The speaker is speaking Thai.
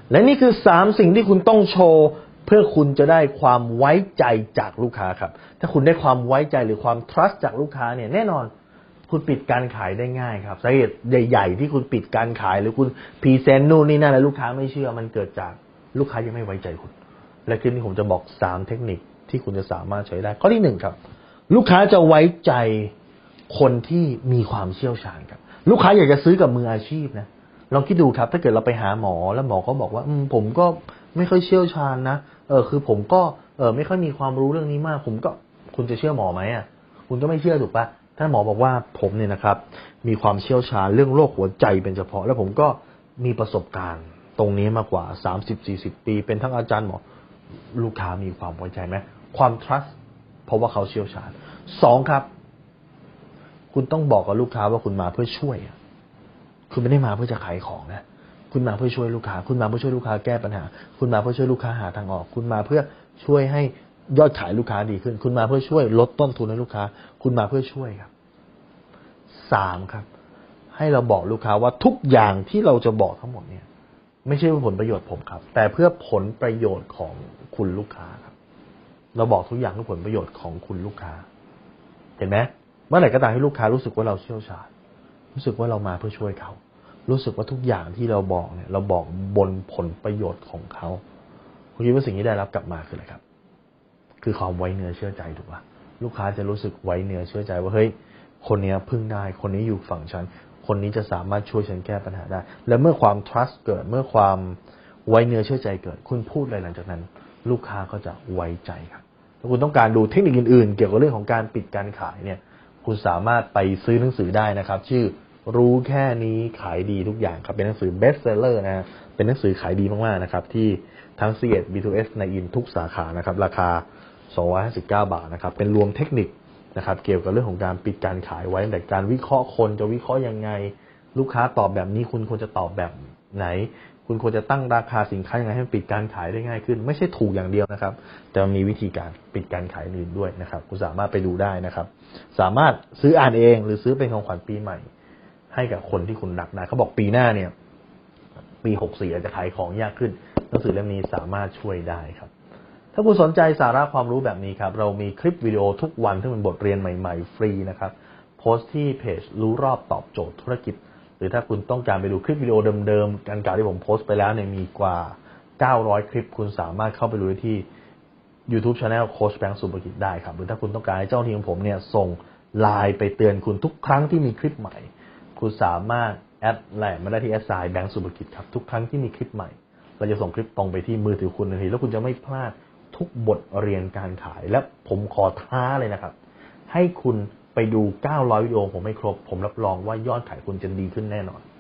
และนี่คือ3สิ่งที่คุณต้องโชว์เพื่อคุณจะได้ความไว้ใจจากลูกค้าครับถ้าคุณได้ความไว้ใจหรือความ trust จากลูกค้าเนี่ยแน่นอนคุณปิดการขายได้ง่ายครับสาเหตุใหญ่ๆที่คุณปิดการขายหรือคุณพรีเซนต์นู่นนี่นั่นแล้วลูกค้าไม่เชื่อมันเกิดจากลูกค้ายังไม่ไว้ใจคุณและคลิปนี้ผมจะบอก3เทคนิคที่คุณจะสามารถใช้ได้ข้อที่1ครับลูกค้าจะไว้ใจคนที่มีความเชี่ยวชาญครับลูกค้าอยากจะซื้อกับมืออาชีพนะลองคิดดูครับถ้าเกิดเราไปหาหมอแล้วหมอก็บอกว่าผมก็ไม่ค่อยเชี่ยวชาญนะคือผมก็ไม่ค่อยมีความรู้เรื่องนี้มากคุณจะเชื่อหมอไหมอ่ะคุณก็ไม่เชื่อถูกปะถ้าหมอบอกว่าผมเนี่ยนะครับมีความเชี่ยวชาญเรื่องโรคหัวใจเป็นเฉพาะแล้วผมก็มีประสบการณ์ตรงนี้มากกว่า 30-40 ปีเป็นทั้งอาจารย์หมอลูกค้ามีความไว้ใจไหมความ trust เพราะว่าเขาเชี่ยวชาญ2ครับคุณต้องบอกกับลูกค้าว่าคุณมาเพื่อช่วยคุณไม่ได้มาเพื่อจะขายของนะคุณมาเพื่อช่วยลูกค้าคุณมาเพื่อช่วยลูกค้าแก้ปัญหาคุณมาเพื่อช่วยลูกค้าหาทางออกคุณมาเพื่อช่วยให้ยอดขายลูกค้าดีขึ้นคุณมาเพื่อช่วยลดต้นทุนให้ลูกค้าคุณมาเพื่อช่วยครับ3ครับให้เราบอกลูกค้าว่าทุกอย่างที่เราจะบอกทั้งหมดเนี่ยไม่ใช่เพื่อผลประโยชน์ผมครับแต่เพื่อผลประโยชน์ของคุณลูกค้าครับเราบอกทุกอย่างเพื่อผลประโยชน์ของคุณลูกค้าเห็นไหมเมื่อไหร่ก็ตามให้ลูกค้ารู้สึกว่าเราเชี่ยวชาญรู้สึกว่าเรามาเพื่อช่วยเขารู้สึกว่าทุกอย่างที่เราบอกเนี่ยเราบอกบนผลประโยชน์ของเขาคุณคิดว่าสิ่งที่ได้รับกลับมาคืออะไรครับคือความไว้เนื้อเชื่อใจถูกป่ะลูกค้าจะรู้สึกไว้เนื้อเชื่อใจว่าเฮ้ยคนนี้พึ่งได้คนนี้อยู่ฝั่งฉันคนนี้จะสามารถช่วยฉันแก้ปัญหาได้และเมื่อความ trust เกิดเมื่อความไว้เนื้อเชื่อใจเกิดคุณพูดอะไรหลังจากนั้นลูกค้าก็จะไว้ใจครับถ้าคุณต้องการดูเทคนิคอื่นๆเกี่ยวกับเรื่องของการปิดการขายเนี่ยคุณสามารถไปซื้อหนังสือได้นะครับชื่อรู้แค่นี้ขายดีทุกอย่างครับเป็นหนังสือ best seller นะเป็นหนังสือขายดีมากๆนะครับที่ทั้ง C1 B2S ในอินทุกสาขานะครับราคา259 บาทนะครับเป็นรวมเทคนิคนะครับเกี่ยวกับเรื่องของการปิดการขายไว้แต่การวิเคราะห์คนจะวิเคราะห์ยังไงลูกค้าตอบแบบนี้คุณควรจะตอบแบบไหนคุณควรจะตั้งราคาสินค้ายังไงให้ปิดการขายได้ง่ายขึ้นไม่ใช่ถูกอย่างเดียวนะครับแต่มีวิธีการปิดการขายอื่นด้วยนะครับคุณสามารถไปดูได้นะครับสามารถซื้ออ่านเองหรือซื้อเป็นของขวัญปีใหม่ให้กับคนที่คุณรักได้เขาบอกปีหน้าเนี่ยปี64อาจจะขายของยากขึ้นหนังสือเล่มนี้สามารถช่วยได้ครับถ้าคุณสนใจสาระความรู้แบบนี้ครับเรามีคลิปวิดีโอทุกวันที่เป็นบทเรียนใหม่ๆฟรีนะครับโพสต์ที่เพจรู้รอบตอบโจทย์ธุรกิจหรือถ้าคุณต้องการไปดูคลิปวิดีโอเดิมๆการกล่าวที่ผมโพสต์ไปแล้วเนี่ยมีกว่า900คลิปคุณสามารถเข้าไปดูได้ที่ YouTube Channel โค้ชแบงค์สุภกิจได้ครับหรือถ้าคุณต้องการให้เจ้าหน้าที่ของผมเนี่ยส่งไลน์ไปเตือนคุณทุกครั้งที่มีคลิปใหม่คุณสามารถแอดไลน์มาได้ที่แบงค์สุภกิจครับทุกครั้งที่มีคลิปใหม่เราจะส่งคลิปตรงไปที่มือถือคุณทันทีแล้วคุณจะไม่พลาดทุกบทเรียนการขายและผมขอท้าเลยนะครับให้คุณไปดู900วิดีโอผมไม่ครบผมรับรองว่ายอดขายคุณจะดีขึ้นแน่นอน